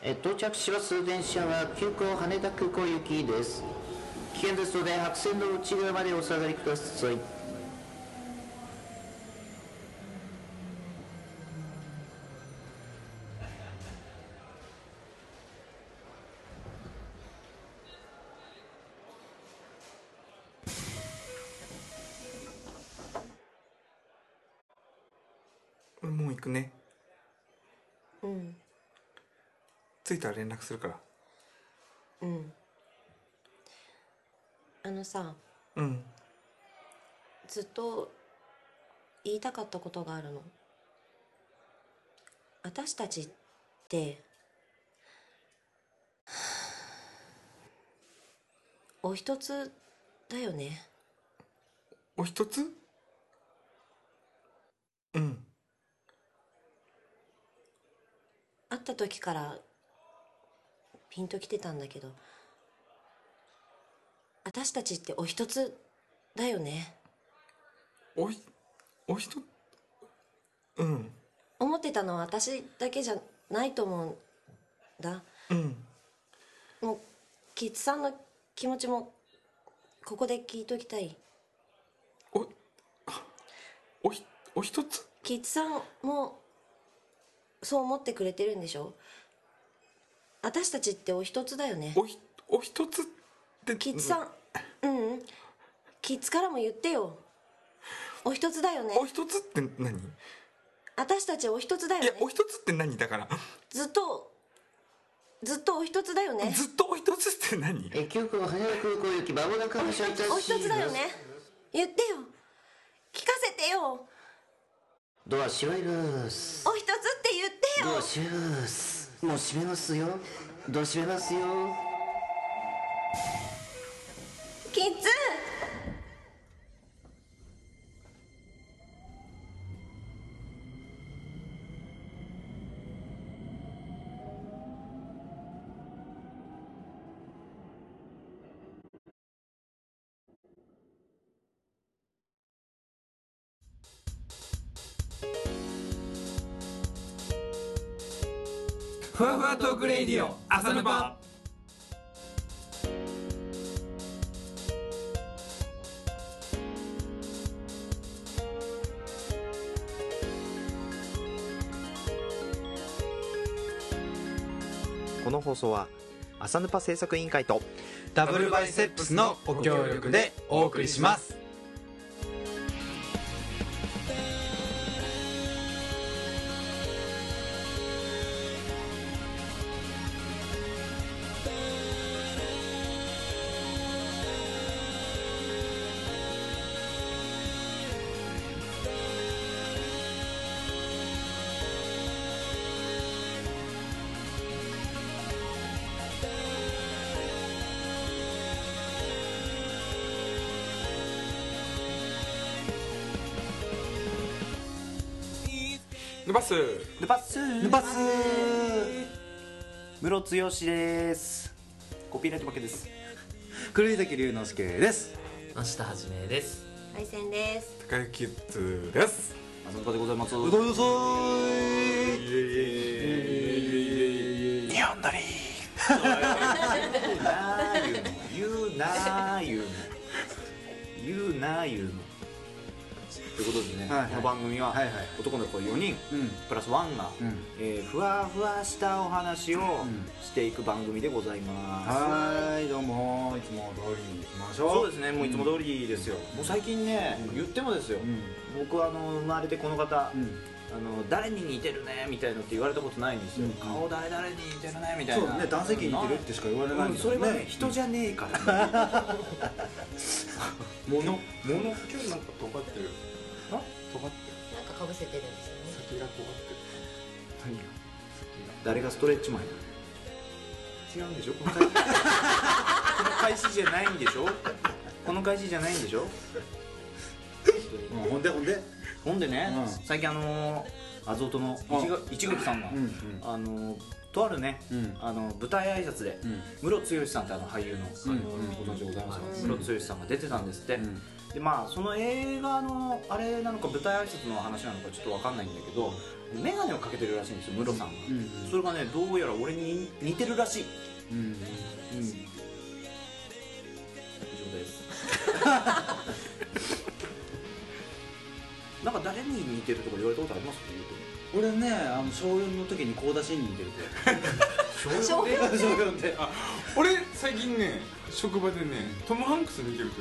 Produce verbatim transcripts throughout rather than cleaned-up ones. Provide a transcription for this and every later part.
え到着します電車は急行羽田空港行きです。危険ですので白線の内側までお下がりください。 もう行くね。 うん。 着いたら連絡するから。 うん。あのさ、 うん。 ずっと言いたかったことがあるの。私たちってお一つだよね。 お一つ？うん。 会った時からピンときてたんだけど、私たちってお一つだよね。 おい、お一つ？うん。 思ってたのは私だけじゃないと思うんだ。 うん。 もうキッズさんの気持ちもここで聞いときたい。 お、おひ、お一つ？ キッズさんもそう思ってくれてるんでしょ？私たちってお一つだよね。 おひ、お一つって。 キッズさん、うん、キッズからも言ってよ。お一つだよね。 お一つって何？ 私たちお一つだよね。 いや、お一つって何だから。 ずっとずっとお一つだよね。 ずっとお一つって何？ え急行羽田空港行きまもなく発車いたします。 お一つだよね。言ってよ。聞かせてよ。 ドア閉まります。 お一つって言ってよ。 ドア閉めます。もう閉めますよ。ドア閉めますよ。 キッズ。 ふわふわトークレイディオ朝のパ。 この放送は朝ヌパ制作委員会とダブルバイセップスのご協力でお送りします。 ヌバスヌパスヌパスムロツヨシです。コピーライト負けです。 黒崎龍之介です。 明日はじめです。 配線です。 高木キッズです。 朝のパでございます。 うどんよさーい。 日本撮り言うなー言うの言うなー言うのということでね、 はいはい、 この番組ははいはい、 男の子よにん、 うん、 プラスワンが、うん、えー、ふわふわしたお話をしていく番組でございます。 はい、どうもいつも通りに行きましょう。 そうですね、もういつも通りですよ。うん、もう最近ね、うん、言ってもですよ、うん、僕はあの生まれてこの方、うん、あの誰に似てるねみたいのって言われたことないんですよ。うん、顔誰々に似てるねみたいな。 そうね、男性器に似てるってしか言われないんだよね。 うん、それはね、人じゃねえからね。もの、もの、今日なんか尖ってる。あ、尖ってる。 なんかかぶせてるんですよね。 先が尖ってる。何が？誰がストレッチマンや？違うんでしょ？この開始。この開始じゃないんでしょ？この開始じゃないんでしょ？ うん、ほんでほんでほんでね、 うん、 最近あのー、アゾートの市垣さんが、うんうん、あのー、とあるね、うん、あの舞台挨拶で、うん、ムロツヨシさんってあの俳優の、うん、ご存知でございますよ、ムロツヨシさんが出てたんですって。うん、 でまあその映画のあれなのか舞台挨拶の話なのかちょっと分かんないんだけど、眼鏡をかけてるらしいんですよムロさんが、うんうん、それがねどうやら俺に似てるらしい。うん、うん、以上ですなんか誰に似てるとか言われたことありますか？ 俺ね、あの小よんの時に高田真に似てるって小よん小よんってあ、俺最近ね職場でねトム・ハンクスに似てるって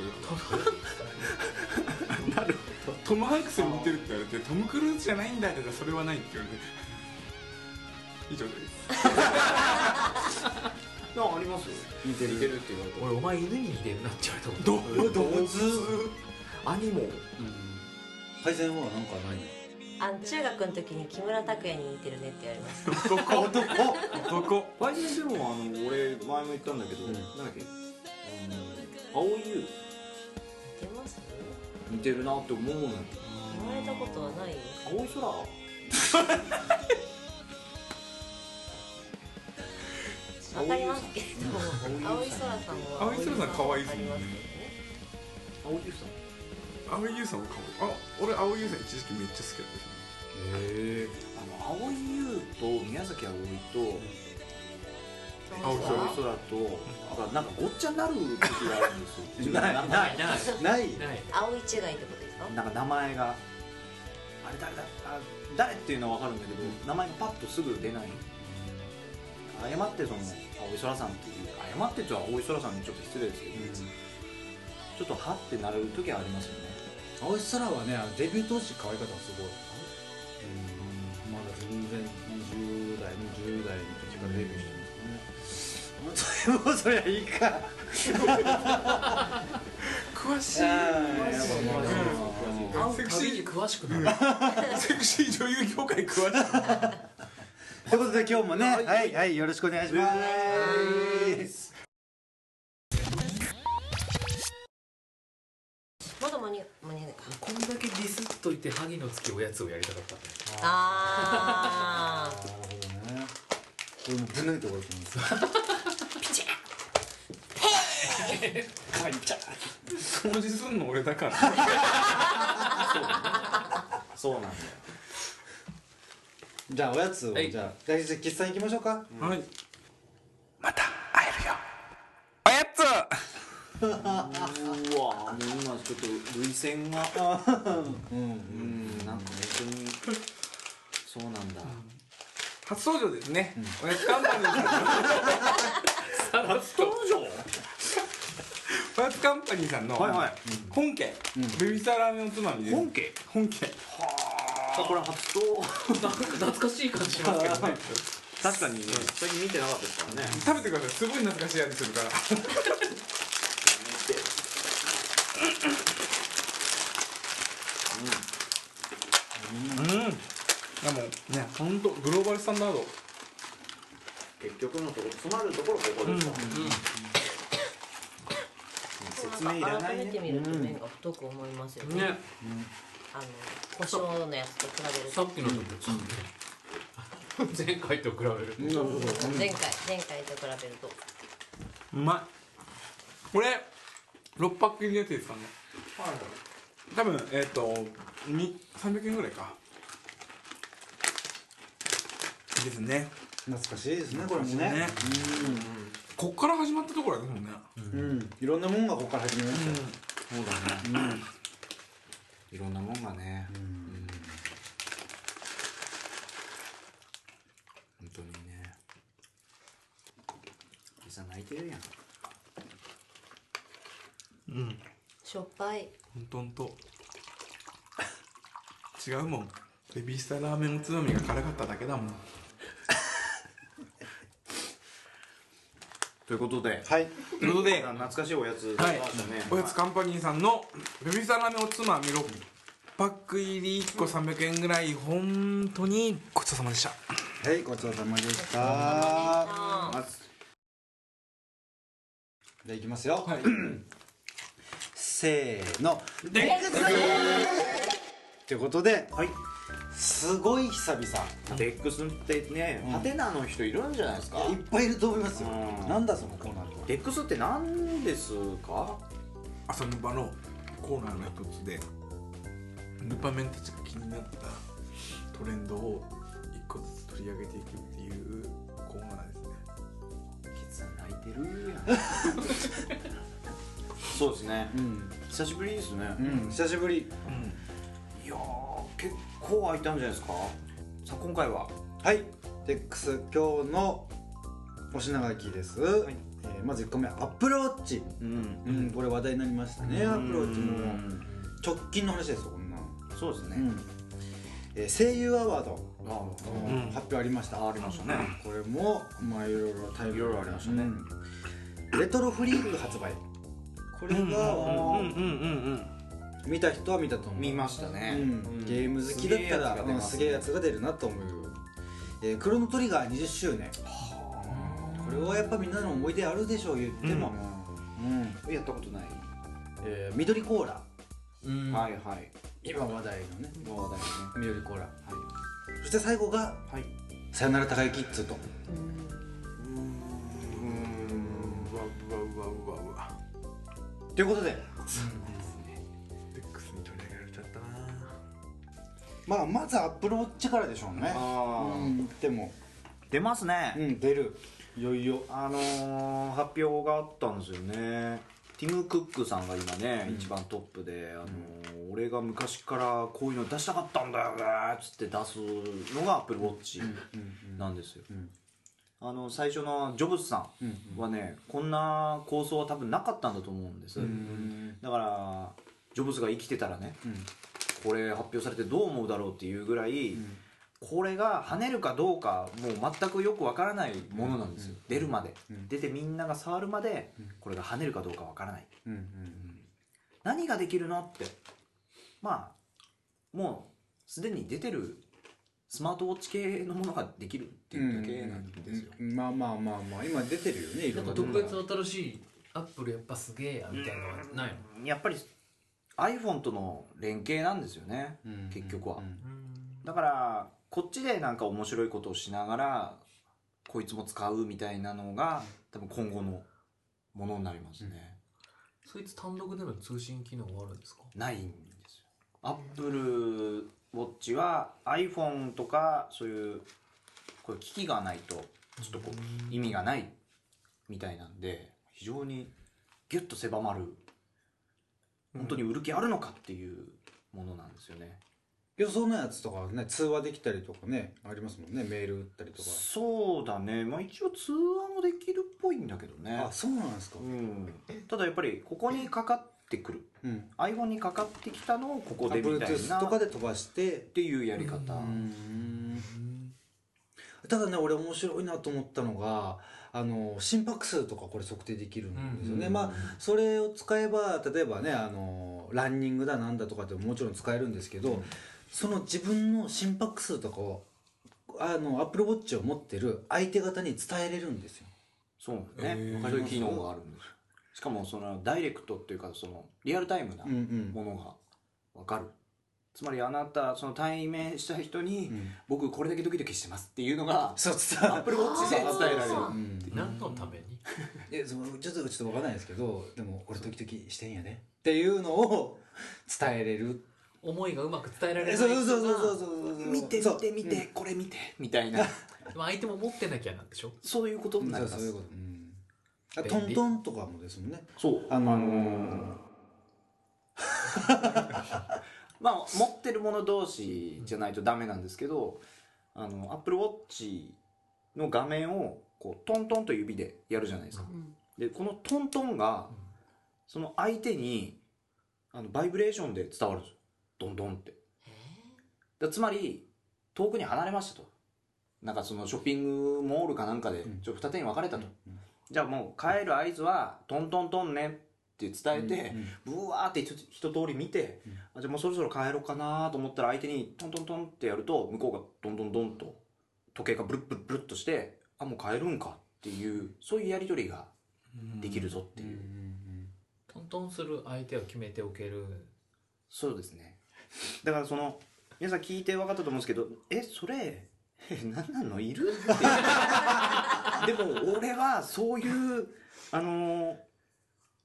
言われたなるほどトム・ハンクスに似てるって言われてトム・クルーズじゃないんだけどそれはないって言われて以上ですああります似てる似てるって言われて俺お前犬に似てるなって言われたこと動物兄も、うん、 配線はなんかないの？ あの中学の時に木村拓哉に似てるねって言われます男男男パイセンでもあの俺前も言ったんだけど、うん、なんだっけあの蒼井優似てます似てるなって思うのよ。 言われたことはない青い空わかりますけど青い空さんは青い空さん可愛いですね。 青井優さん蒼井優さんも可愛い。あ、俺蒼井優さん一時期めっちゃ好きだったですね。 へえ。あの蒼井優と宮崎あおいと青い空青い空となんかごっちゃになる時があるんですよ。 ないないない青い違いってことですか？ なんか名前があれ誰だあ誰っていうのは分かるんだけど、名前がパッとすぐ出ない。誤ってその青い空さんっていう誤ってちょっと青い空さんにちょっと失礼ですけど、うん、ちょっとはってなる時はありますよね。 青い空はねデビュー当時可愛かったのすごい、うん、まだ全然にじゅう代にじゅう代の時からデビューしてますね、うん、もうそりゃいいか詳しいセクシー詳しくなるセクシー女優業界詳しいということで今日もねはいはい、はい、よろしくお願いします。 まだ間に間に合わないか。 こんだけディスっといて萩の月おやつをやりたかった。 ああ。 なるほどね。これもぶん投げて終わると思うんですよ。ピチッ。 かわいいちゃ。 掃除すんの俺だから。 そうなんだよ。 じゃあおやつを、はい、じゃあ大吉喫茶に行きましょうか、 うん、はい。また会えるよおやつうわもう今ちょっと涙腺がうん、うん、なんか本当にそうなんだ、うん、 初登場ですね、うん、おやつカンパニーさんの初登場おやつカンパニーさんの本家、うん、ベビースターラーメンおつまみです。 本家本家はあこれ初登なんか懐かしい感じしますけどね確かにね最近見てなかったですからね。 食べてくださいすごい懐かしい味するからうんうんうんでもねほんとグローバルスタンダード結局のところ詰まるところここですから、うんうん、説明いらないね。 改めて見ると麺が太く思いますよね、ね、うん、あの胡椒のやつと比べるとさっきのとうん、前回と比べると、うん、 前回前回と比べるとうまい。これろっパック入りのやつですかね。はい、多分えっ、ー、とさんびゃくえんぐらいかいいですね。 懐かしいですねこれもね、ね、 うん、こっから始まったところですもんね、 うんうん、いろんなもんがここから始まりましたよ、 うん、そうだね、うん、いろんなもんがね、うんうん、本当にねリサ泣いてるやん。 うん、 しょっぱい。 ほんとほんと違うもん。ベビースターラーメンおつまみが辛かっただけだもんということで、 はい、ということで懐かしいおやつ、 はい、おやつカンパニーさんのベビースターラーメンおつまみろっパック入りいっこさんびゃくえんぐらい本当にごちそうさまでした。 はいごちそうさまでした。じゃあいきますよ、はい、せーのデックスということで、はい、すごい久々。 デックスってね、ハテナの人いるんじゃないですか。 いっぱいいると思いますよ。なんだそのコーナーと。 デックスって何ですか。 朝の場のコーナーの一つでルパメンたちが気になったトレンドを一個ずつ取り上げていくっていうコーナーですね。 キツ泣いてるやんそうですね、うん、久しぶりですね、 うん、久しぶり、 うん、いやー結構空いたんじゃないですか。さあ今回ははいテックス今日のお品書きです、はい、えー、まずいっこめアップルウォッチ、うんうん、これ話題になりましたね。アップルウォッチも直近の話ですよこんな。 そうですね、うん、 えー、声優アワード、うん、発表ありました。 ありましたね。 これもまあいろいろタイプいろいろありましたね、 うん、レトロフリーク発売。これが見た人は見たと思う。 見ましたね、 うん、ゲーム好きだったらすげえやつが出るなと思う、えー、クロノトリガーにじゅっしゅうねん。これはやっぱみんなの思い出あるでしょう言っても、 うんうん、やったことない、 えー、緑コーラ、 うん、はいはい、 今話題のね今話題のね緑コーラ、はい、そして最後が、はい、さよなら高いキッズと。 うーんうわうわうわうわうわということで、 デックスに取り上げられちゃったな。 まあまずアップルウォッチからでしょうね。 あ、 うん、でも出ますね、 うん、出る、いよいよあのー、発表があったんですよね。ティム・クックさんが今ね、うん、一番トップで、あのーうん、俺が昔からこういうの出したかったんだよねっつって出すのがアップルウォッチなんですよ、うんうんうん、あの最初のジョブズさんはね、うんうん、こんな構想は多分なかったんだと思うんです、うんうん、だからジョブズが生きてたらね、うん、これ発表されてどう思うだろうっていうぐらい、うん、これが跳ねるかどうかもう全くよくわからないものなんですよ、うん、出るまで、うん、出てみんなが触るまでこれが跳ねるかどうかわからない、うんうんうん、何ができるのって、まあもうすでに出てるスマートウォッチ系のものができるっていうだけなんですよ、 うんうん、まあまあまあまあ今出てるよね。 なんか特別新しいアップルやっぱすげえやみたいなのはないの、 うん、やっぱり iPhone との連携なんですよね、うん、結局は、うん、だからこっちでなんか面白いことをしながらこいつも使うみたいなのが多分今後のものになりますね、 うん、そいつ単独での通信機能はあるんですか？ ないんですよ。アップルウォッチは iPhone とかそういうこういう機器がないとちょっとこう意味がないみたいなんで非常にギュッと狭まる、本当に売る気あるのかっていうものなんですよね。 予想のやつとかね通話できたりとかねありますもんね。メール打ったりとか。 そうだね、まあ一応通話もできるっぽいんだけどね。 あ、そうなんですか、 うん、ただやっぱりここにかかってくる、うん、iPhone にかかってきたのをここでみたいな Bluetooth とかで飛ばしてっていうやり方。うん、 ただね俺面白いなと思ったのがあの心拍数とかこれ測定できるんですよね、うん、まあそれを使えば例えばねあのランニングだなんだとかでももちろん使えるんですけど、うん、その自分の心拍数とかをあの Apple Watch を持ってる相手方に伝えれるんですよ。 そうね、えー、そういう機能があるんです。しかもそのダイレクトっていうかそのリアルタイムなものが分かる、うんうん、つまりあなたその対面した人に、うん、僕これだけドキドキしてますっていうのがアップルウォッチで伝えられる。 何のためにえそのちょっとちょっと分かんないですけどでも俺ドキドキしてんやねっていうのを伝えれる。 思いがうまく伝えられない。 そうそうそうそうそう見て見て見て、うん、これ見てみたいな。 でも相手も持ってなきゃなんでしょ。 そういうことになります。 そういうこと、うん、トントンとかもですもんね。 そうあのー、まあ持ってる者同士じゃないとダメなんですけど、あの Apple Watch の画面をこうトントンと指でやるじゃないですか、うん、でこのトントンがその相手にあのバイブレーションで伝わるんですよ。ドンドンってだつまり遠くに離れましたと、なんかそのショッピングモールかなんかでちょっと二手に分かれたと、うん、じゃあもう帰る合図はトントントンねって伝えて、うんうん、ブワーって一通り見て、うん、あじゃあもうそろそろ帰ろうかなと思ったら相手にトントントンってやると向こうがドンドンドンと時計がブルッブルブルッとしてあもう帰るんかっていうそういうやり取りができるぞっていう、うんうんうん、 トントンする相手を決めておける。 そうですね。だからその皆さん聞いて分かったと思うんですけどえそれ何なのいるってでも俺はそういうあの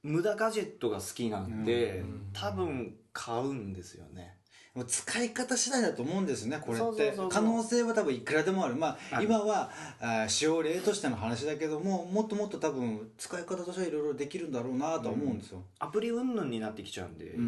無駄ガジェットが好きなんで、多分買うんですよね。 もう使い方次第だと思うんですね、これって。 そうそうそうそう、 可能性は多分いくらでもある。まあ今はあ使用例としての話だけども、もっともっと多分使い方としてはいろいろできるんだろうなとは思うんですよ、 うん、アプリ云々になってきちゃうんで、うん、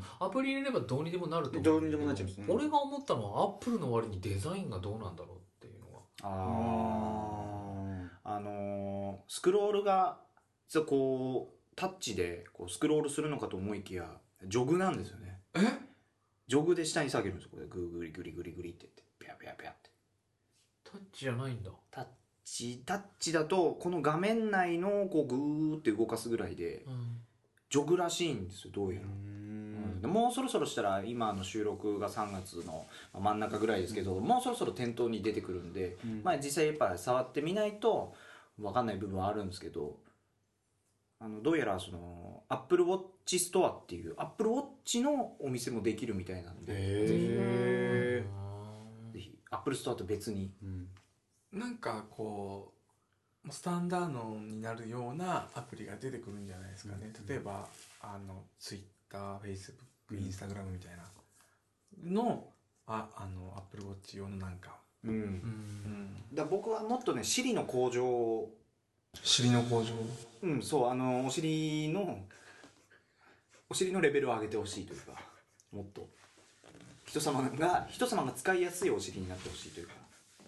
アプリ入れればどうにでもなると思う。 どうにでもなっちゃうんですね。 俺が思ったのはアップルの割にデザインがどうなんだろうっていうのが。 あああのー、スクロールが実はこうタッチでこうスクロールするのかと思いきやジョグなんですよね。 えジョグで下に下げるんですよ。これグリグリグリグリって言ってピャピャピャってタッチじゃないんだ。 タッチタッチだとこの画面内のこうグーって動かすぐらいで、うん、ジョグらしいんですよどうやら。うん、もうそろそろしたら今の収録がさんがつの真ん中ぐらいですけど、うん、もうそろそろ店頭に出てくるんで、うん、まあ実際やっぱ触ってみないと分かんない部分はあるんですけど、あのどうやらその Apple Watch ストアっていう Apple Watch のお店もできるみたいなんで、ぜひぜひ Apple ストアと別に、 うん、なんかこうスタンダードになるようなアプリが出てくるんじゃないですかね、うん、例えばあの TwitterFacebook、Instagram みたいなのああの Apple Watch 用のなんか、 うんうんうん、だ僕はもっとね Siri の向上を尻の向上、 うんそうあのお尻のお尻のレベルを上げてほしいというか、もっと人様が人様が使いやすいお尻になってほしいというか。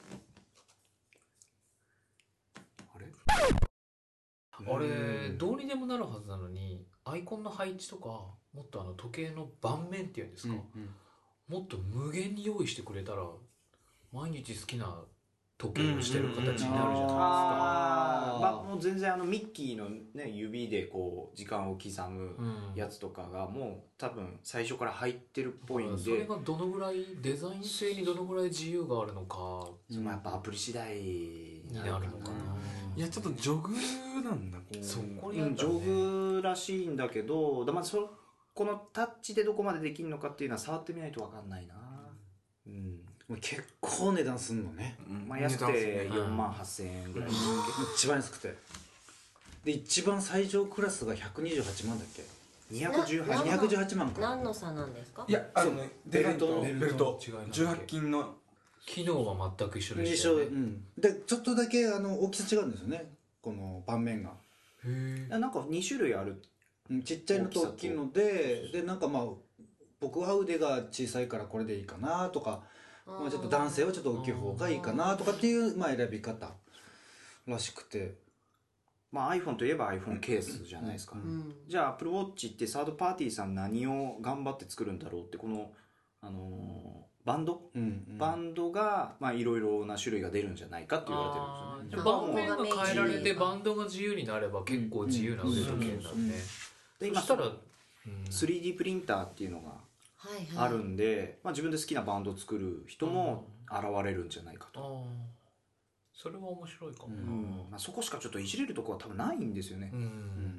あれあれどうにでもなるはずなのにアイコンの配置とかもっとあの時計の盤面っていうんですか、うんうん、もっと無限に用意してくれたら毎日好きな時計をしてる形になるじゃないですか。 あ、まあ、もう全然あのミッキーの、ね、指でこう時間を刻むやつとかがもう多分最初から入ってるっぽいんで、 それがどのぐらいデザイン性にどのぐらい自由があるのか、 そのやっぱアプリ次第になるのかな。 いやちょっとジョグなんだこうそこに、ね、うん、ジョグらしいんだけど、だまあそこのタッチでどこまでできるのかっていうのは触ってみないと分かんないな。うん、 結構値段すんのね、 うん、まあ安くてよんまんはっせんえんぐらい、うん、 一番安くてで一番最上クラスがひゃくにじゅうはちまんだっけ。 にひゃくじゅうはちにひゃくじゅうはちまんか。 何の差なんですか。 いやあのねベルトのベルトじゅうはち金の機能は全く一緒でしたよね。一緒、うん、でちょっとだけあの大きさ違うんですよね、この盤面が。 へえ。なんかに種類ある。 ちっちゃいのと大きいので、でなんかまあ僕は腕が小さいからこれでいいかなとか、まあ、ちょっと男性はちょっと大きい方がいいかなとかっていうまあ選び方らしくて、 まあ iPhone といえば iPhone ケースじゃないですか、うん、じゃあ Apple Watch ってサードパーティーさん何を頑張って作るんだろうって、この、あのー、バンド、うんうん、バンドがまあいろいろな種類が出るんじゃないかって言われてるんですよね。 盤面が変えられてバンドが自由になれば結構自由な腕時計になるね。 で今したら スリーディー プリンターっていうのがあるんで、はいはい、まあ、自分で好きなバンドを作る人も現れるんじゃないかと。 それは面白いかもな、 うんまあ、そこしかちょっといじれるところは多分ないんですよね、うんうん、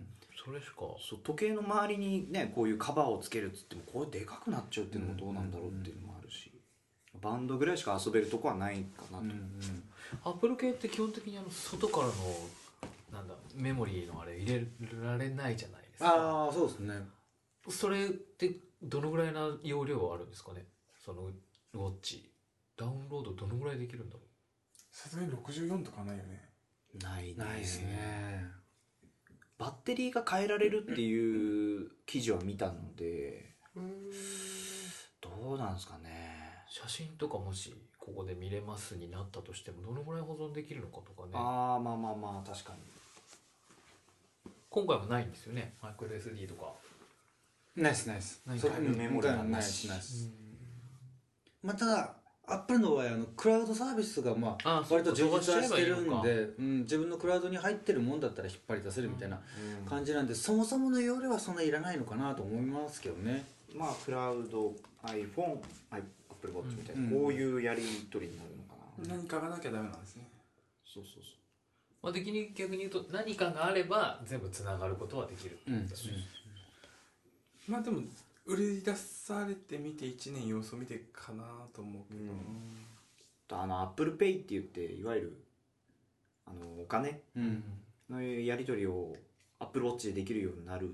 それしかそう時計の周りにねこういうカバーをつけるっつってもこれでかくなっちゃうっていうのもどうなんだろうっていうのもあるし、バンドぐらいしか遊べるとこはないかなと、うんうん、 アップル系って基本的にあの外からのなんだメモリーのあれ入れられないじゃないですか。 ああそうですね。 それってどのぐらいな容量あるんですかね、そのウォッチダウンロードどのぐらいできるんだろう。 さすがにろくじゅうよんとかないよね。 ないね。 ないですね。 バッテリーが変えられるっていう記事は見たので、うーんどうなんですかね。 写真とかもしここで見れますになったとしてもどのぐらい保存できるのかとかね。 ああまあまあまあ確かに。 今回もないんですよね、マイクロ エスディー とか。 ないですないです。 ないからメモリーないですないです。まあただアップルの場合あのクラウドサービスがまあ割と充実はしてるんで、うん、自分のクラウドに入ってるもんだったら引っ張り出せるみたいな感じなんで、そもそもの容量はそんないらないのかなと思いますけどね。 まあクラウド iPhone、Apple Watch みたいな、こういうやり取りになるのかな。何かがなきゃダメなんですね。 そうそうそう。 まあ的に逆に言うと何かがあれば全部つながることはできるってことですね。 まあでも売り出されてみていちねん様子を見てかなと思うけど、 うん、あの Apple Pay って言っていわゆるあのお金のやり取りを Apple Watch でできるようになる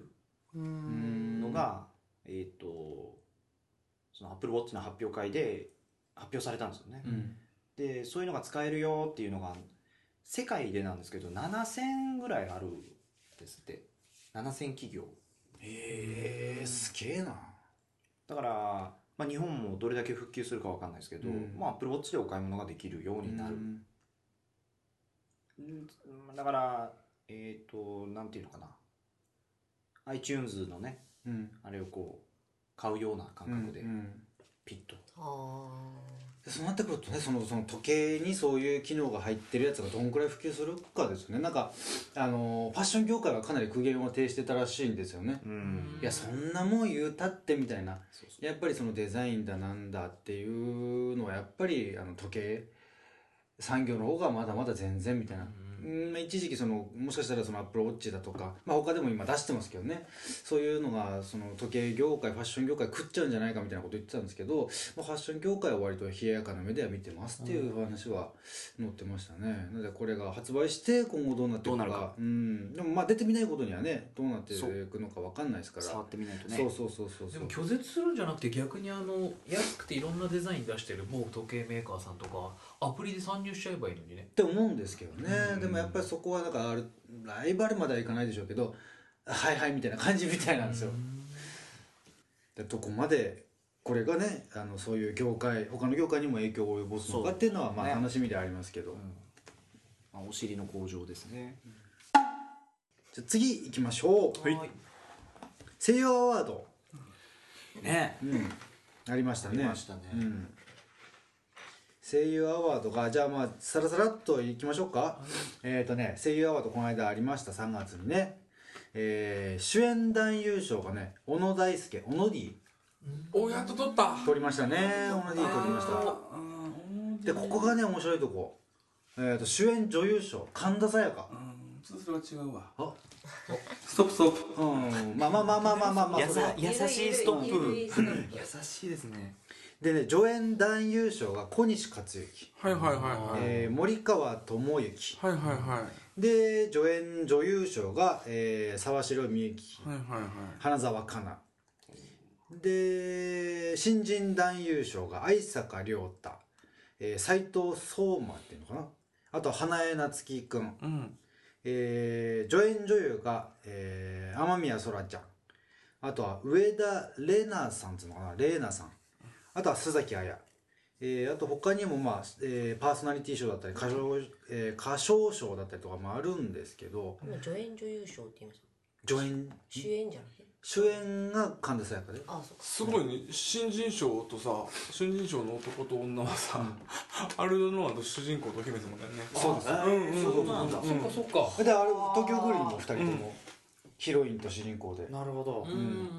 のが、えっとその Apple Watch の発表会で発表されたんですよね、うん、でそういうのが使えるよっていうのが世界でなんですけどななせんぐらいあるんですって。ななせん企業。 へえ、すげえな。 だから、まあ、日本もどれだけ復旧するかわかんないですけど、うん、まあ Apple Watch でお買い物ができるようになる、うん、だからえっ、ー、となんていうのかな iTunes のね、うん、あれをこう買うような感覚でピッと、 あでそうなってくるとね、そのその時計にそういう機能が入ってるやつがどんくらい普及するかですよね。なんかあのファッション業界はかなり苦言を呈してたらしいんですよね。いやそんなもん言うたってみたいな。そうそう、やっぱりそのデザインだなんだっていうのはやっぱりあの時計産業の方がまだまだ全然みたいな。うん、一時期そのもしかしたらそのアップルウォッチだとか、まあ、他でも今出してますけどね、そういうのがその時計業界ファッション業界食っちゃうんじゃないかみたいなこと言ってたんですけど、まあ、ファッション業界は割と冷ややかな目では見てますっていう話は載ってましたね。なのでこれが発売して今後どうなっていくか、どうなるか、うん、でもまあ出てみないことにはねどうなっていくのか分かんないですから、 触ってみないとね。 そうそうそうそうそう。 でも拒絶するんじゃなくて逆にあの安くていろんなデザイン出してる某時計メーカーさんとかアプリで参入しちゃえばいいのにねって思うんですけどね、うん、でもやっぱりそこはだからライバルまではいかないでしょうけど、はいはいみたいな感じみたいなんですよ。でどこまでこれがねあのそういう業界他の業界にも影響を及ぼすのかっていうのはまあ楽しみでありますけど、ね、うん、 まあ、お尻の向上ですね、うん、 じゃあ次行きましょう。はい、声優アワードね、 うん、ありましたね。 ありましたね、うん、 声優アワードがじゃあまあさらさらっといきましょうか、うん、えっ、ー、とね声優アワードこの間ありましたさんがつにね、えー、主演男優賞がね小野大輔小野 D おやっと取った取りましたね。小野 D 取りました。でここがね面白いとこ、えー、と主演女優賞神田沙也加、 うん、ちょっとそれは違うわ。 あストップストップ、 うん、まあまあまあまあまあまあまあ優しいストップ優しいですね。 でね助演男優賞が小西克幸、 はいはいはいはい、 えー、森川智之、 はいはいはい、 で助演女優賞が、えー、沢城みゆき、 はいはいはい、 花澤香菜で新人男優賞が相坂亮太、えー、斉藤壮馬っていうのかな、あとは花江夏樹くん、うん、えー、助演女優が、えー、雨宮そらちゃん、あとは上田玲奈さんっていうのかな、玲奈さん、あとは須崎彩、えー、あと他にも、まあえー、パーソナリティ賞だったり歌唱、えー、歌唱賞だったりとかもあるんですけど、 助演女優賞って言いました。 助演主演じゃなくて主演が神田沙也加で、 ああそうか、 すごいね。新人賞とさ新人賞の男と女はさ、うん、アルドノアと主人公と姫様だよね。 そうです、 うんうん、そうなんだ、 そっかそっか。 であれ東京グールにもふたりとも、うん、ヒロインと主人公で、 なるほど、 うん、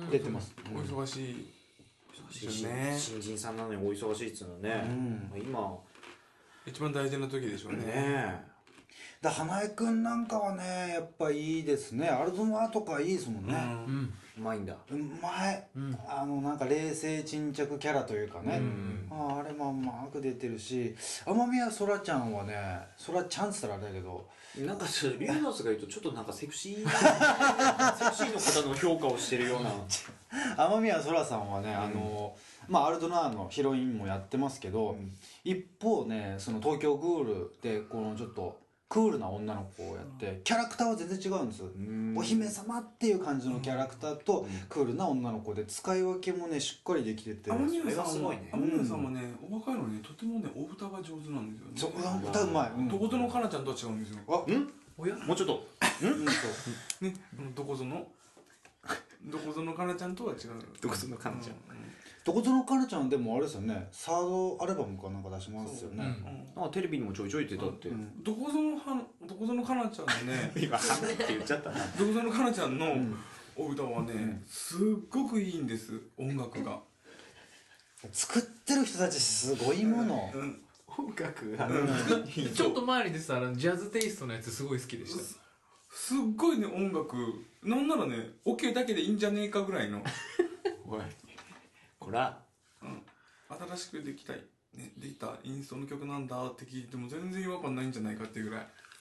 出てます、 うん、お忙しい忙しいね、新人さんなのにお忙しいっつうのね、うん、今一番大事な時でしょうね。 ねだ花江くんなんかはねやっぱいいですね。アルドノアとかいいですもんね、 うん、うまいんだ、 うまい、うん、あのなんか冷静沈着キャラというかね、うん、あ, あれもうまく出てるし、雨宮そらちゃんはね、そらちゃんっつったらあれだけどなんかちょっとリュウナスが言うとちょっとなんかセクシーセクシーの方の評価をしてるような雨宮そらさんはね、うん、あのまあアルドノアのヒロインもやってますけど、うん、一方ねその東京グールでこのちょっとクールな女の子をやってキャラクターは全然違うんです。お姫様っていう感じのキャラクターとクールな女の子で使い分けもねしっかりできてて、 雨宮さんもね、雨宮さんもねお若いのにとてもねお歌が上手なんですよね。 そう歌うまい。 どこぞのかなちゃんとは違うんですよ。 あ、ん？おや？もうちょっと。ん？ ね、どこぞのどこぞのかなちゃんとは違う。 どこぞのかなちゃん。 どこぞのかなちゃんでもあれですよね、サードアルバムかなんか出しますよね。 あ、テレビにもちょいちょい出たって。 どこぞのはどこぞのかなちゃんのね、 今花って言っちゃったな。 どこぞのかなちゃんのお歌はね、すっごくいいんです。音楽が。 作ってる人たちすごいもの。 音楽が。 ちょっと前に出てたジャズテイストのやつすごい好きでした。 すっごいね音楽。なんならね、オケだけでいいんじゃねえかぐらいの。 おい。こら、 うん、新しくできたい、ね、できたインストの曲なんだって聞いても全然違和感ないんじゃないかっていうぐらい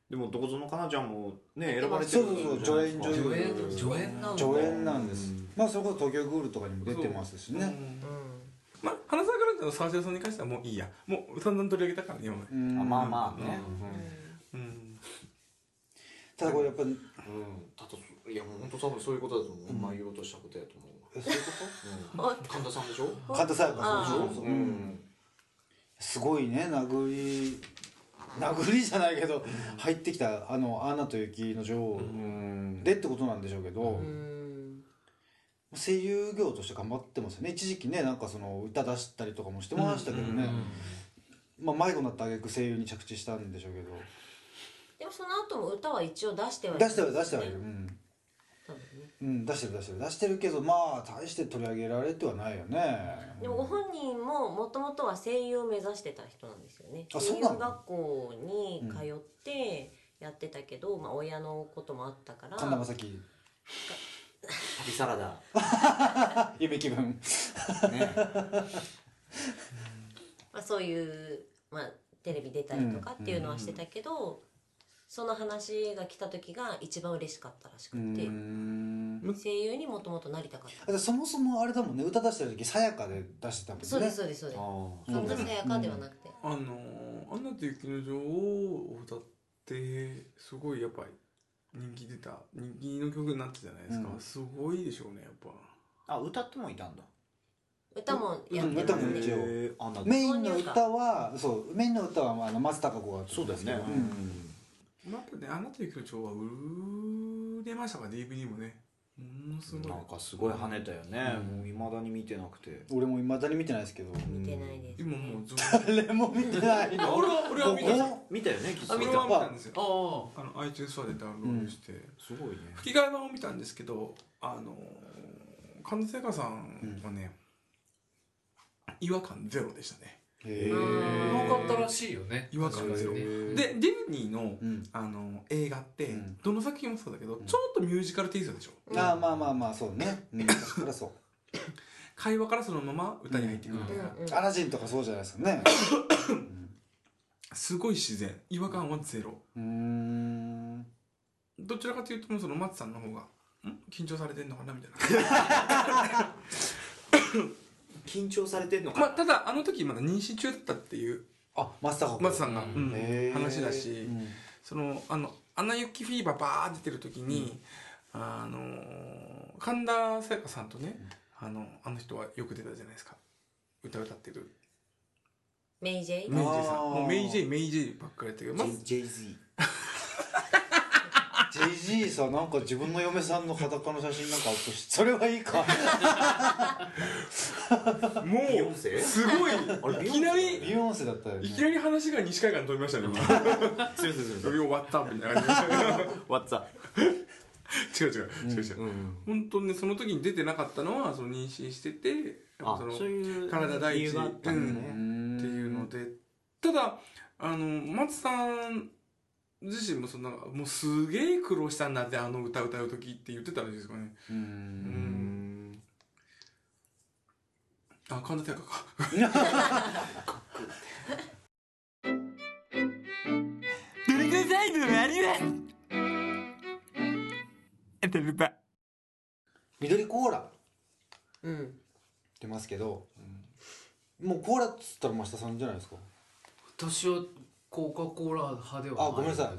でもどこぞのかなちゃんもね選ばれてるそうそうそう助演女優助演助演なんだ助演なんです、まあそれこそ東京グールとかにも出てますしね。 まあ花咲かの沢城さんに関してはもういいや、もう散々取り上げたからね今まで。 あまあまあね、 うん、 ただこれやっぱり、 うん、ただいやもう本当多分そういうことだと思う、まあ言おうとしたことやと思う。 えそういうこうん、神田さんでしょ。 と神田沙也加そうでしょ、 ううんん、すごいね殴り殴りじゃないけど、入ってきたあのアナと雪の女王でってことなんでしょうけど、声優業として頑張ってますよね。一時期ねなんかその歌出したりとかもしてましたけどね、まあ迷子になった挙句声優に着地したんでしょうけど、 でもその後も歌は一応出してはい出してはいる出してはいる、うん、 多分ね、 うん、出してる出してる出してるけど、まあ大して取り上げられてはないよね。 でもご本人ももともとは声優を目指してた人なんですよね。 あ、 声優そうなの？ 学校に通ってやってたけど、まあ親のこともあったから神田正輝旅サラダ夢気分ねまあそういう、まあ、テレビ出たりとかっていうのはしてたけど、うん、その話が来た時が一番嬉しかったらしくて、声優にもともとなりたかった。 そもそもあれだもんね、歌出してる時さやかで出してたもんね。 そうですそうですそうです。神田沙也加ではなくて、 うん、あの「アナと雪の女王」を歌ってすごいやっぱり人気出た人気の曲になったじゃないですか、うん、すごいでしょうねやっぱ。 あ、歌ってもいたんだ。 歌もやってますね。一応メインの歌はそうメインの歌はあの松たか子がそうですね。 うん、やっぱね「アナと雪の女王」は売れましたから ディーブイディー もね。ものすごいなんかすごい跳ねたよね、うん、もう未だに見てなくて。 俺も未だに見てないですけど。 見てないです、ね、 今もう誰も見てないの俺は俺は見た見たよね。 あ俺は見たんですよ。ああの iTunes ストアでダウンロードして、うん、 すごいね。 吹き替え版を見たんですけど、あの神田沙也加さんはね、うん、違和感ゼロでしたね。 へえ。多かったらしいよね。 違和感ゼロ。でディズニーの、うん、あの映画って、うん、どの作品もそうだけど、うん、ちょっとミュージカルテイストでしょ。 うん、ああまあまあまあそうね。うん、そりゃそう。 会話からそのまま歌に入っていくみたいな、 うんうん、アラジンとかそうじゃないですかね。 すごい自然、違和感はゼロ。うーん、どちらかというとその松さんの方がん緊張されてんのかなみたいな。 緊張されてんのかな、まあ、ただあの時まだ妊娠中だったっていうあ松さん松さんが、うん、話だし、うん、そのあのアナ雪フィーバーバー出てる時に、うん、あの神田沙也加さんとね、うん、あのあの人はよく出たじゃないですか、歌歌ってるメイジェイメイジェイさん、もうメイジェイメイジェイばっかりやったけど、まずジェイズージェイジー さ、なんか自分の嫁さんの裸の写真なんかアップして、それはいいかもうすごいいきなりビヨンセだったよね。 いきなり話が西海岸に飛びましたね。 すいませんすいません。 終わったみたいな感じ。 What's up？ 違う違う違う違う。本当にね、その時に出てなかったのはその妊娠してて、 あ、そういう体第一っていうので、ただあの松さん自身もそんなもうすげえ苦労したんだってあの歌歌う時って言ってたらしいですかね。うーん。あ、神田沙也加か。 ドリコサイドがあります。あたるば。 緑コーラ。 うん。 出ますけど、うん、もうコーラっつったら増田さんじゃないですか。 私はコカ・コーラ派ではないので。あ、 ごめんなさい。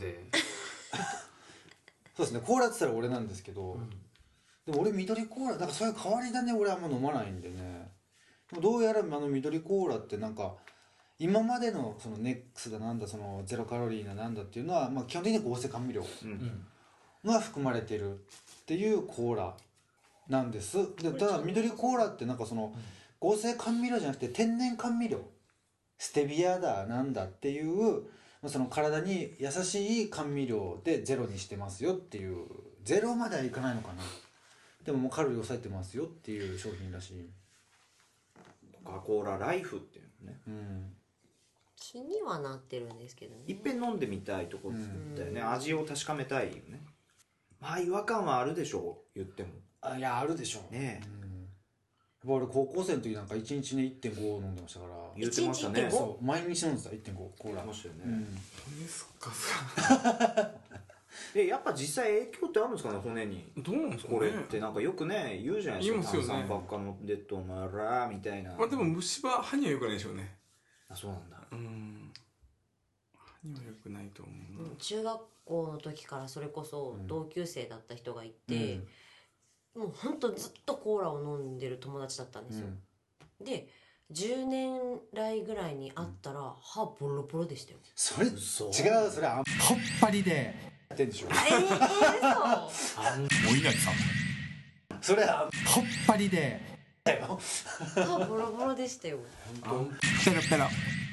そうですね、コーラっつったら俺なんですけど、うん、でも俺緑コーラなんかそういう変わり種俺あんま飲まないんでね。どうやらあの緑コーラってなんか今までのそのネックスだなんだそのゼロカロリーななんだっていうのは、まあ、基本的に合成甘味料が含まれてるっていうコーラなんです。でただ緑コーラってなんかその合成甘味料じゃなくて天然甘味料ステビアだなんだっていうその体に優しい甘味料でゼロにしてますよっていう、ゼロまではいかないのかな、でももうカロリー抑えてますよっていう商品らしい。 コカ・コーラライフっていうのね、うん、 気にはなってるんですけどね。 いっぺん飲んでみたいとこだよね、うん、味を確かめたいよね。まあ違和感はあるでしょう言っても。 あ、いやあるでしょうね、 俺高校生の時なんかいちにちね いってんご 飲んでましたから。 言ってましたね。 そう毎日飲んでた いってんご コーラ。 ましたよね。 うん、 そっかそっか。 えやっぱ実際影響ってあるんですかね骨に。 どうなんですかね。 これってなんかよくね言うじゃないですか。 言いますよね。 炭酸ばっか飲んでっとお前らみたいな。 まあでも虫歯歯には良くないでしょうね。 あそうなんだ。 うん。歯には良くないと思う。 うん、中学校の時からそれこそ同級生だった人がいて、うん、もうほんとずっとコーラを飲んでる友達だったんですよ。うん、でじゅうねん来ぐらいに会ったら、うん、歯ボロボロでしたよ。 それ違う、それあんほっぱりでやってんでしょ。 えー、えー、嘘。 お稲荷さんそれはほっぱりで歯ボロボロでしたよ。 ペラペラ。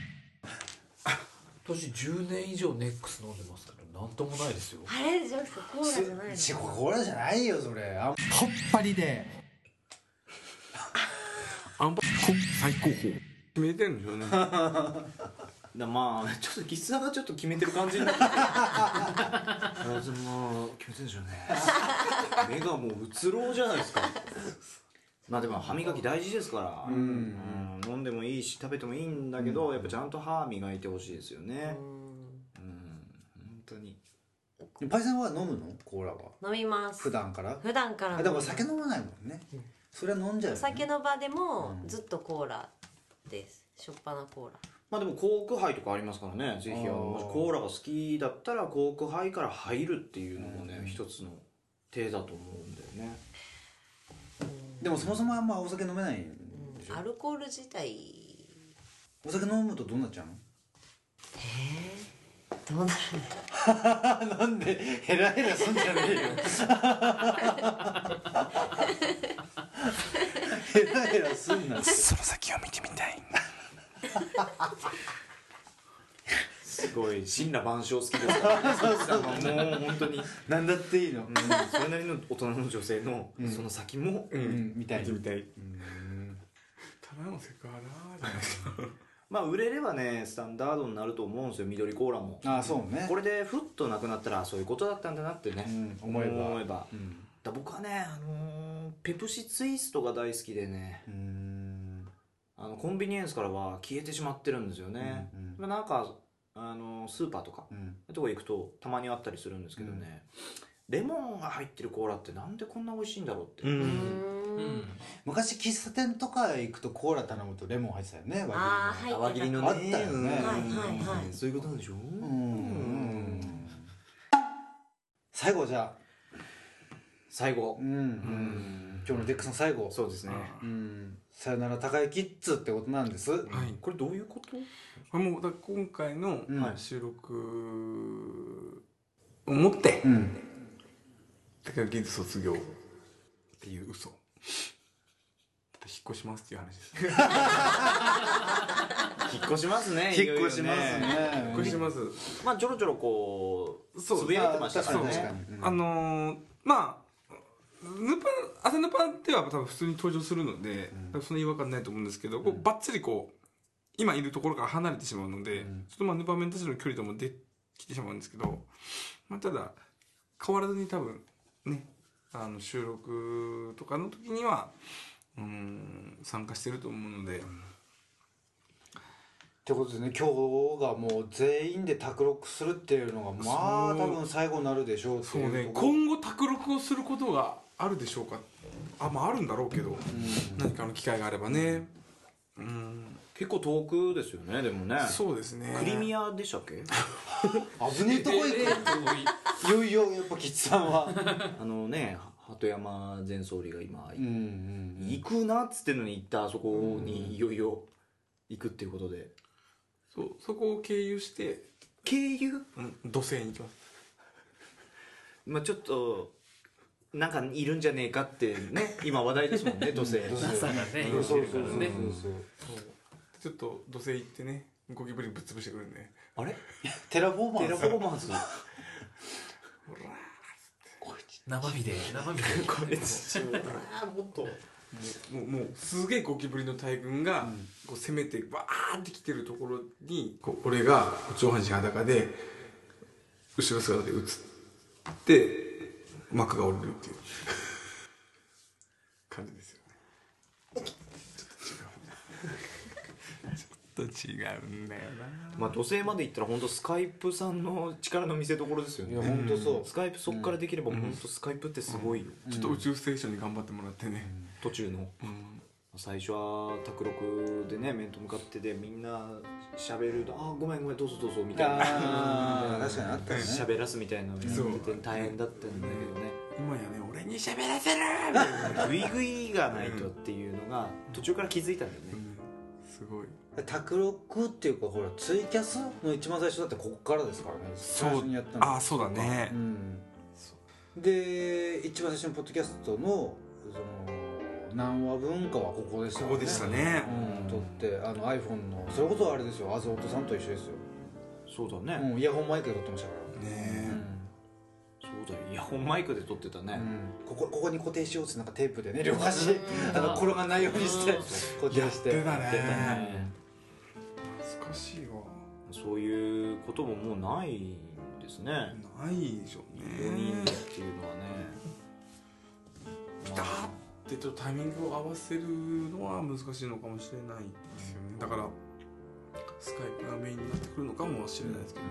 私じゅうねん以上ネックス飲んでますからなんともないですよ。 あれじゃなくてコーラじゃないの。 コーラじゃないよそれ。ほっぱりであんぱ最高峰決めてるんでしょうね。 だまあちょっとキスさんがちょっと決めてる感じになっててあでも決めてるんでしょうね。目がもううつろうじゃないですか。まあでも歯磨き大事ですから、うん、うん、飲んでもいいし食べてもいいんだけど、うん、やっぱちゃんと歯磨いてほしいですよね。うん、うん、本当に。 パイセンは飲むのコーラは。 飲みます。 普段から普段からでも酒飲まないもんね。それは飲んじゃうよね。 酒の場でもずっとコーラです。しょっぱなコーラ。 まあでもコーク杯とかありますからね。ぜひあのもしコーラが好きだったらコーク杯から入るっていうのもね、うん、一つの手だと思うんだよね。 でもそもそもあんまお酒飲めないんでしょ。 アルコール自体お酒飲むとどうなっちゃうの。 えー、どうなるの。 なんでヘラヘラすんじゃねえよ。ヘラヘラすんな。 その先を見てみたい。 すごい神羅万象好きですからね。そうそうもう本当に何だっていいの、うん、 それなりの大人の女性のその先も、 うんうん、見たい見たい。ただのセクハラじゃないですか。 まあ売れればねスタンダードになると思うんですよ。緑コーラも。 ああそうね。 これでふっとなくなったらそういうことだったんだなってね、うん、思えば思えば、うん、だ僕はね、あのー、ペプシツイストが大好きでね、うーんあのコンビニエンスからは消えてしまってるんですよね、うんうん、なんかあのスーパーとか、うん、とこ行くとたまにあったりするんですけどね、うん、レモンが入ってるコーラってなんでこんな美味しいんだろうって、うんうん、 昔喫茶店とか行くとコーラ頼むとレモン入ってたよね。 輪切りのね、 あったよね、はいはいはい、 そういうことなんでしょう。うん、 最後じゃあ最後、うんうんうん今日のデックスの最後。 そうですね、 うん、さよなら高いキッズってことなんです、はい、 これどういうこと。 もうだ今回の収録をもって、うん、高いキッズ卒業っていう嘘引っ越しますっていう話です。 引っ越しますね。 引っ越しますね。 引っ越します。 まあちょろちょろこうつぶやいてましたからね。 あのまあヌパ朝ヌパでは多分普通に登場するので、うん、そんな違和感ないと思うんですけど、うん、こうバッチリこう今いるところから離れてしまうので、うん、ちょっとまあヌパメンたちの距離とも出きてしまうんですけど、まあ、ただ変わらずに多分ねあの収録とかの時にはうん参加してると思うので。 ってことですね。今日がもう全員で卓録するっていうのがまあ多分最後になるでしょうっていう。 そうね。今後卓録をすることがあるでしょうか。あまああるんだろうけど、うん、何かの機会があればね。うん、 結構遠くですよね。でもね。 そうですね。 クリミアでしたっけ？ 危ねえとこ行く。いよいよやっぱ吉さんはあのね。鳩山前総理が今、うんうんうん、行くなっつってんのに行ったあそこにいよいよ行くっていうことで、 そうそこを経由して経由、 うん、土星に行きます。 まあちょっとなんかいるんじゃねえかってね今話題ですもんね。土星ナサがね言ってるからね。 ちょっと土星行ってねゴキブリぶっ潰してくるんで、 あれテラフォーマーズテラフォーマーズ生身で生身でこれちょっともっともうもうすげえゴキブリの大群がこう攻めてバーって来てるところにこう俺が上半身裸で後ろ姿で映って幕が降りるっていう感じですよね。 違うんだよな。 まあ土星まで行ったら本当スカイプさんの力の見せ所ですよね。 いや本当そう。 スカイプそっからできれば本当スカイプってすごいよ。 ちょっと宇宙ステーションに頑張ってもらってね。 途中の。最初は卓録でね面と向かってでみんな喋ると「あごめんごめんどうぞどうぞ」みたいな確かにあったよね。 喋らすみたいなのやってて大変だったんだけどね。 今やね俺に喋らせるみたいな。 グイグイがないとっていうのが途中から気づいたんだよね。 すごい。 卓録っていうかほらツイキャスの一番最初だってここからですからね。最初にやったの。 ああそうだね。 で一番最初のポッドキャストのその何話分かはここでしたね。 ここでしたね。 うん、撮ってあの iPhone のそれこそあれですよ、アズオットさんと一緒ですよ。 そうだね。 うん、イヤホンマイクで撮ってましたからね。 そうだよ、イヤホンマイクで撮ってたね。 ここここに固定しようってなんかテープでね両端あの転がないようにして固定して。 やってたね。懐かしいわ。 そういうことももうないですね。 ないでしょうね。 よにんでっていうのはね。 ピタッてちょっとタイミングを合わせるのは難しいのかもしれないですよね。だからスカイプがメインになってくるのかもしれないですけどね。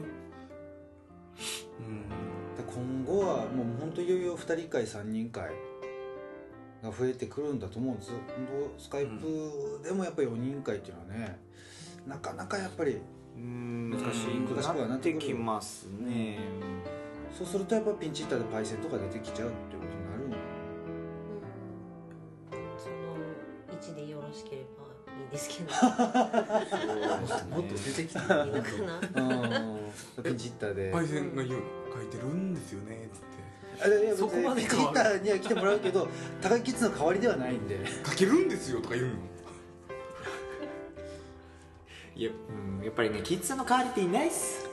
うん、今後はもう本当いよいよふたり会さんにん会が増えてくるんだと思うんです。スカイプでもやっぱりよにん会っていうのはね、なかなかやっぱり難しい難しくはなってきますね。そうするとやっぱピンチヒッターでパイセンとか出てきちゃうっていうことになるんだ。 その位置でよろしければいいですけどもっと出てきていいのかな。 ピンチヒッターでパイセンが言うの書いてるんですよねっつって。 あいやそこまでピンチヒッターには来てもらうけど高木キッズの代わりではないんで書けるんですよとか言うの。 いや、うん、やっぱりねキッズの代わりっていないっす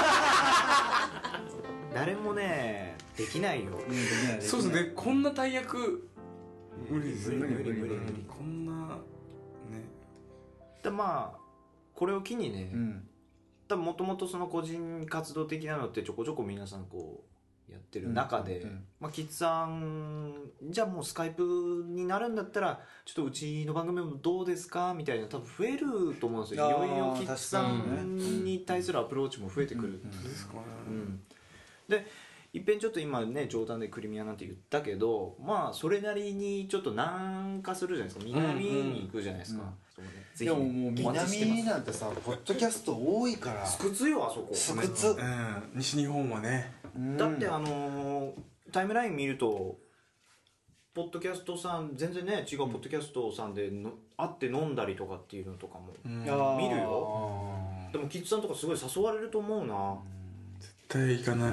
誰もねできないよ。 そうですね。こんな大役無理ですね。 無理無理無理無理。 こんなね。 でまあこれを機にね、 うん、 多分もともとその個人活動的なのってちょこちょこ皆さんこうやってる中で、うんうん、まあキッズさんじゃあもうスカイプになるんだったらちょっとうちの番組もどうですかみたいな多分増えると思うんですよ。いよいよキッズさんに対するアプローチも増えてくるんですかね。でいっぺんちょっと今ね冗談でクリミアなんて言ったけどまあそれなりにちょっと南下するじゃないですか。南に行くじゃないですか。うんうんでももう南なんてさポッドキャスト多いからスクツよあそこスクツ、うん、 西日本はね、 うん、だってあのー、タイムライン見るとポッドキャストさん全然ね違うポッドキャストさんでの会って飲んだりとかっていうのとかも見るよ。でもキッズさんとかすごい誘われると思うな。 絶対行かない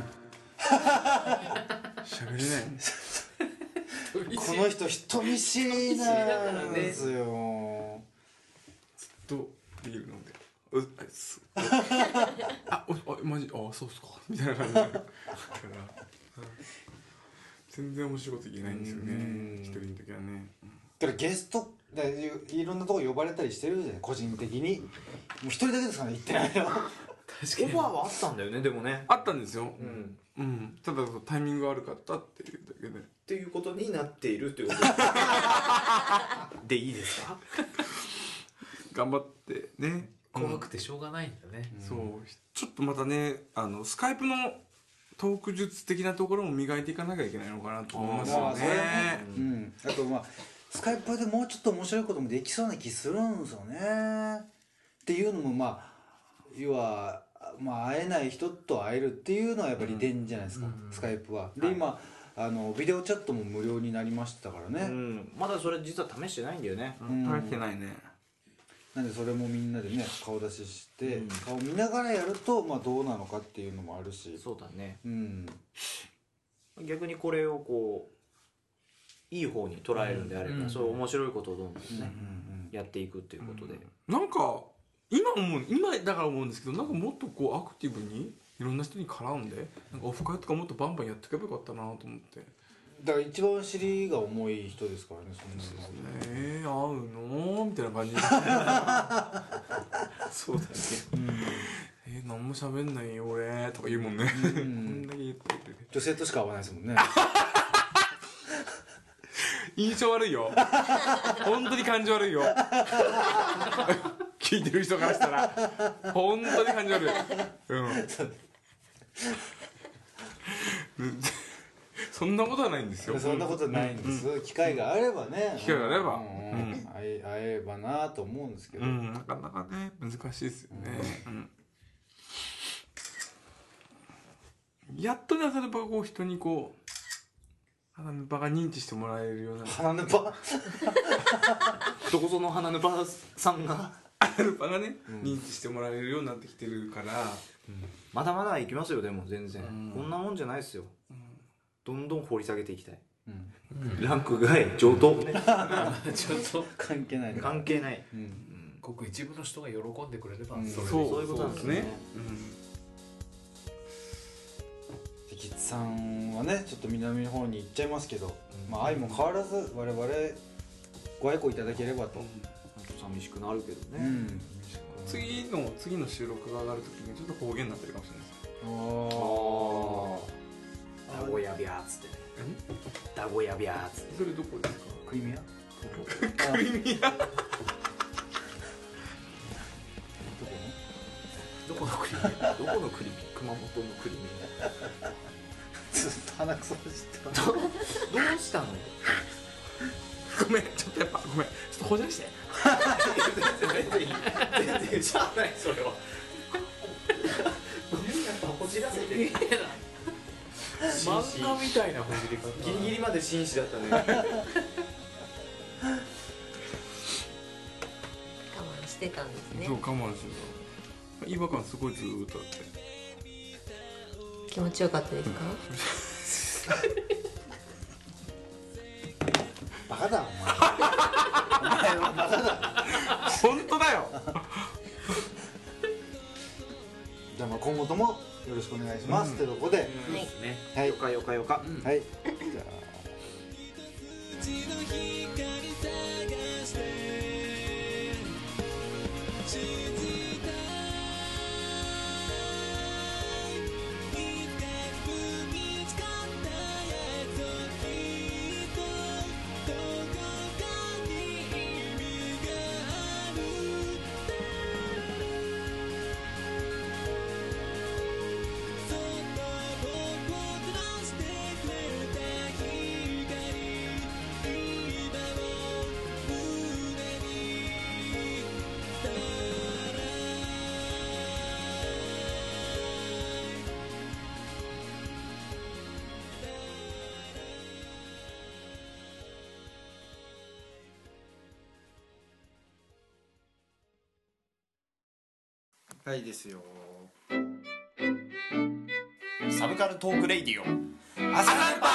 喋れないこの人人見知りなんですよ。 ずっとビール飲んでうっあいつあおあマジあそうっすかみたいな感じだから全然面白いこと言えないんですよね一人の時はね。 だからゲストい, いろんなとこ呼ばれたりしてるじゃない個人的に。もう一人だけですからね行ってないの。 オファーはあったんだよね。でもねあったんですよ。うんうん、ただタイミング悪かったっていうだけでっていうことになっているということでいいですか。 頑張ってね怖くてしょうがないんだね、 うん、そうちょっとまたねあのスカイプのトーク術的なところも磨いていかなきゃいけないのかなと思いますよね。 うん、あとまあスカイプでもうちょっと面白いこともできそうな気するんですよねっていうのもまあ要はまあ、会えない人と会えるっていうのはやっぱり利点じゃないですか、うん、スカイプは。で、はい、今あのビデオチャットも無料になりましたからね、うん、 まだそれ実は試してないんだよね。 試してないね。 なんでそれもみんなでね顔出しして、うん、顔見ながらやると、まあ、どうなのかっていうのもあるし。 そうだね、 うん、 逆にこれをこういい方に捉えるんであれば、うん、そういう面白いことをどんどんね、うんうんうん、やっていくっていうことで、 うん、なんか今思う今だから思うんですけどなんかもっとこうアクティブにいろんな人に絡んでなんかオフ会とかもっとバンバンやっていけばよかったなと思って。 だから一番尻が重い人ですからね。そんなのえー、会うのみたいな感じでそうだね、 うん、えー、何も喋んないよ俺とか言うもんね、うん、こんだけ言ってて女性としか会わないですもんね印象悪いよ本当に感情悪いよ聞いてる人からしたら本当に感じ悪い、うん、そんなことはないんですよ。 そんなことないんです、うん、機会があればね、 機会があれば、 うんうん、会え、会えばなと思うんですけど、 うん、なかなかね難しいですよね、うんうん、やっとね、朝の場がこう人にこう花ぬばが認知してもらえるような。 花ぬばどこぞの花ぬばさんが花ぬばがね、うん、認知してもらえるようになってきてるから、 うん、まだまだいきますよ。でも全然、うん、こんなもんじゃないですよ、うん、どんどん掘り下げていきたい、うん、ランク外上等ねちょっと関係ない関係ない、うんうん、 ごく一部の人が喜んでくれれば、 うん、 それでそうそういうことなんですね。 関津さんはねちょっと南の方に行っちゃいますけど、うん、まあ愛も変わらず我々ご愛顧いただければと、うん、 寂しくなるけどね、うん、 次の次の収録が上がるときにちょっと方言になってるかもしれないです。 ああダゴヤビャーっつってね、ダゴヤビャーっつって。 それどこですか？ クリミアクリミアどこのクリミアどこのクリミア熊本のクリミアずっと鼻くそしてたどうしたの？ ごめん、ちょっとやっぱごめん、ちょっとほじらして全然全然いい全然しゃあないそれはごめん、やっぱほじらせてる漫画みたいなほじり方。 ギリギリまで紳士だったね我慢してたんですね。 そう、我慢してた。違和感すごいずーっとあって。 気持ちよかったですか？ バカだお前お前はバカだ本当だよじゃあまあ今後ともよろしくお願いします、うん、ってとこで、はい、 はい、よかよかよか、うん、 はい、じゃあはいですよ。 サブカルトークレイディオ朝ナンパ。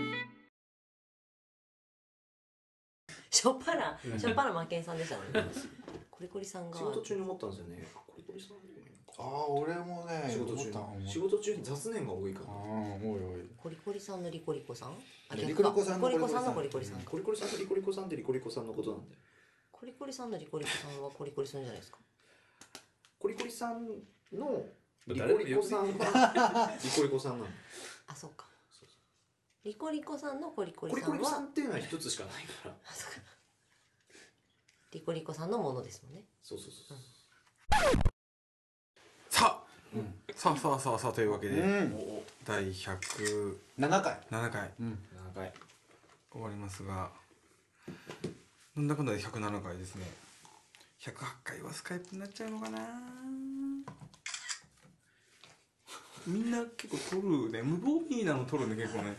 しょっぱなしょっぱなマケンさんでしたねコリコリさんが仕事中に思ったんですよね。コリコリさんああ俺もね仕事中に仕事中に雑念が多いから。ああおいおいコリコリさんのリコリコさんリコリコさんのコリコリさんのコリコリさんコリコリさんとリコリコさんってリコリコさんのことなんで、 コリコリさんのリコリコさんはコリコリさんじゃないですか。 コリコリさんのリコリコさんはリコリコさんなの。 あ、そうか。リコリコさんのコリコリさんはコリコリさんっていうのは一つしかないから。あ、そうか。 リコリコさんのものですもんね。 そうそうそう、 うん、さあ、うん、さあさあさあさあというわけで、うん、だいひゃくななかいななかい、うん、 ななかい終わりますが、なんだかんだでひゃくななかいですね。ひゃくはちかいはスカイプになっちゃうのかな。みんな結構撮るね、無防備なの撮るね結構ね。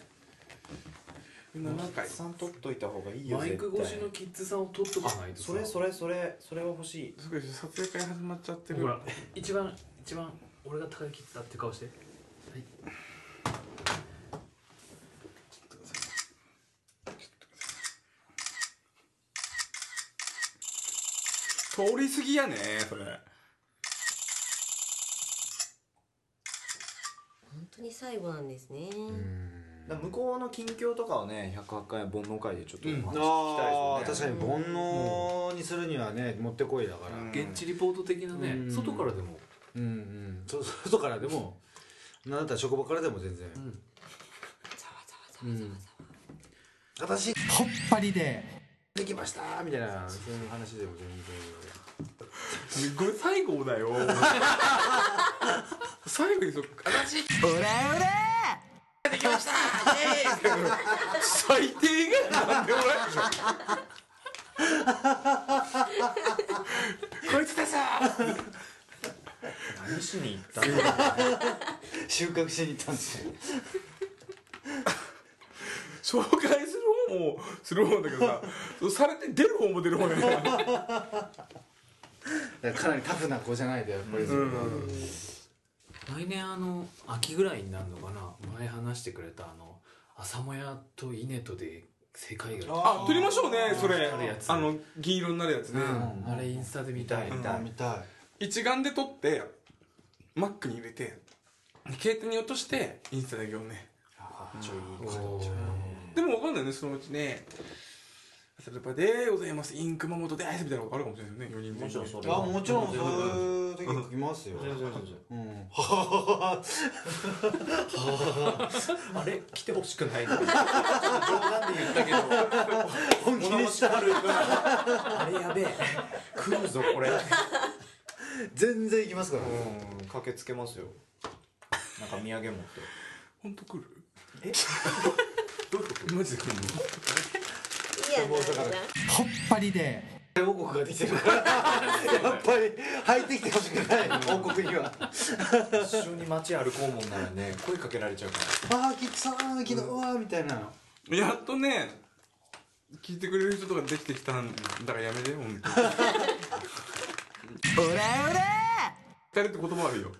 ななかいさん撮っといた方がいいよ。 マイク越しのキッズさんを撮っとかないとさ。 それそれそれそれは欲しい。 すごい撮影会始まっちゃってる。 ほら一番一番俺が高いキッズだって顔して。はい。 通り過ぎやねそれ。 本当に最後なんですね。 だ向こうの近況とかはね、ひゃくはちかい煩悩会でちょっとお話聞きたいですよね。確かに煩悩にするにはね、もってこいだから。 現地リポート的なね、外からでも、 うんうん、外からでも、なんだったら職場からでも全然。ざわざわざわざわざわ。私ほっぱりでできましたみたいなそういう話でも全然。 これ最後だよ最後にそう私オラオラできました最低がなんでもないでしょこいつだぞ何しに行ったの収穫しに行ったんですよ紹介する方もする方だけどさそうされて出る方も出る方やねかなりタフな子じゃないとやっぱり、うん、 来年あの秋ぐらいになるのかな、前話してくれたあの朝もやと稲とで世界があ撮りましょうねそれあるやつあの銀色になるやつね、 うん、あれインスタで見たい、 見たい見たい一眼で撮ってマックに入れて携帯に落としてインスタだけをねちょいいでも分かんないねそのうちね例えばでございますイン熊本でみたいなことあるかもしれないですよねよにんでもちろんそれあもちろんそういう時来ますようんあれ来てほしくない冗談で言ったけど本気にしたあれやべえ来るぞこれ全然行きますからうん駆けつけますよなんか土産持って本当来るえどういうことマジで来るのいやなほっぱりで王国ができてるからやっぱり入ってきてほしくない王国には一緒に街歩こうもんならね声かけられちゃうからああキッズさん昨日はみたいなやっとね聞いてくれる人とかできてきたんだからやめてよ本当にオラオラ二人って言葉あるよ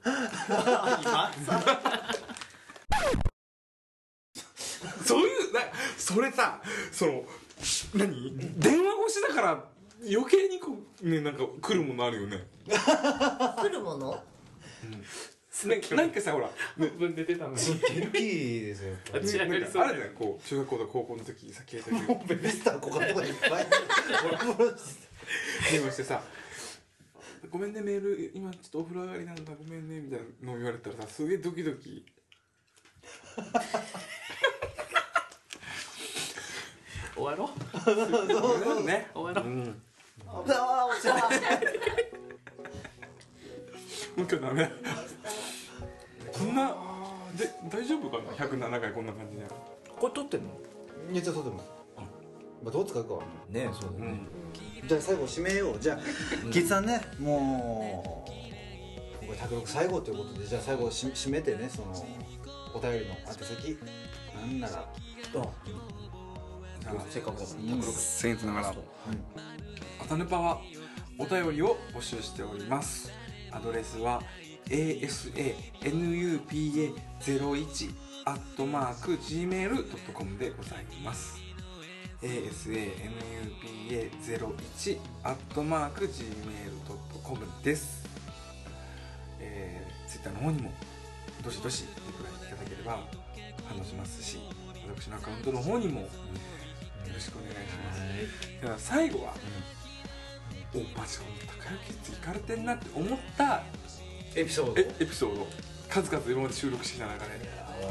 そういうなそれさその何電話越しだから余計にこうねなんか来るものあるよね来るものねなんかさほら分で出たのに元気ですよあちらなんかあるじゃんこう中学校とか高校の時さ携帯でベビースターここのとこにいっぱい電話してさごめんねメール今ちょっとお風呂上がりなんだごめんねみたいなの言われたらさすげえドキドキ終わろうそうそうね終わろう、 うん、もああ落ちたう今日ダメだこんなで大丈夫かなひゃくななかいこんな感じでこれ撮ってんのめっちゃ撮ってますまあどう使うかはねねそうだねじゃあ最後締めようじゃあキッズさんねもうこれ卓録最後ということでじゃあ最後し締めてねそのお便りの宛先なんならせっかくだからせんえんつながら朝ヌパはお便りを募集しておりますアドレスは エーエスエーエヌユーピーエーゼロいち アットマーク ジーメールドットコム でございます エーエスエーエヌユーピーエーゼロいち アットマーク ジーメールドットコム です、えー、Twitter の方にもどしどしリプライいただければ反応しますし私のアカウントの方にもよろしくお願いします。では最後は、うん、おマジで高雪っていかれてんなって思ったエピソードえエピソード数々今まで収録してきた中で、こ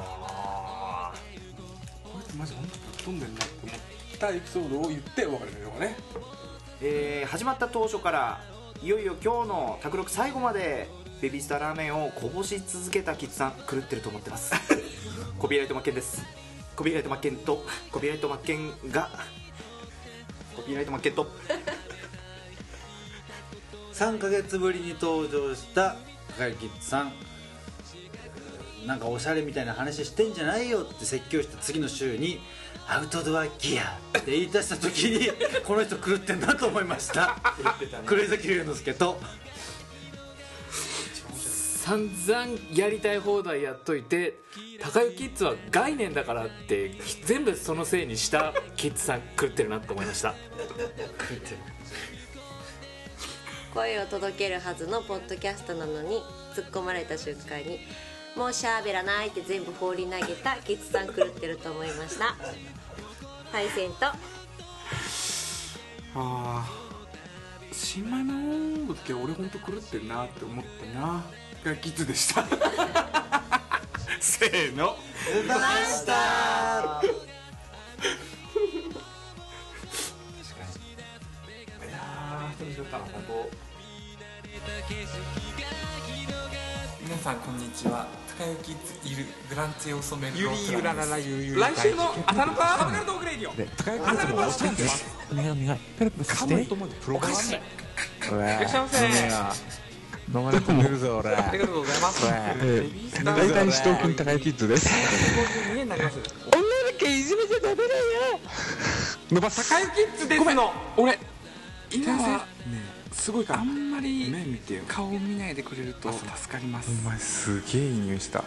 いつマジ本当ぶっ飛んでんなって思ったエピソードを言ってお別れしましょうかね。 えー、始まった当初からいよいよ今日の卓録最後までベビースターラーメンをこぼし続けたキッズさん狂ってると思ってますコピーライトマッケンですコピーライトマッケンとコピーライトマッケンがコピーライトマッケンとさんかげつぶりに登場した高木キッズさんなんかおしゃれみたいな話してんじゃないよって説教した次の週にアウトドアギアって言い出した時にこの人狂ってんなと思いました黒井崎龍之介と散々やりたい放題やっといて高湯キッズは概念だからって全部そのせいにしたキッズさん狂ってるなって思いました声を届けるはずのポッドキャストなのに突っ込まれた瞬間にもうしゃべらないって全部放り投げたキッズさん狂ってると思いましたパイセンとあー新米の時は俺ほんと狂ってるなって思ったながキッズでしたせーの出ましたいやー楽しかった本当皆さんこんにちは。高雪いるグランツェを染めるゆりゆらららゆゆ来週の朝のパーサブカルトークレディオ高雪いつもおしゃれですお願いお願いペロペロさせておかしいいらっしゃいませ飲まれてるぞ俺。 ありがとうございます。 大体四頭筋高いキッズです。 女の子いじめちゃダメだよ。 伸ばす。 高いキッズですの。 俺今はすごいから。 あんまり目見てよ。 顔見ないでくれると助かります。お前すげえいい匂いした。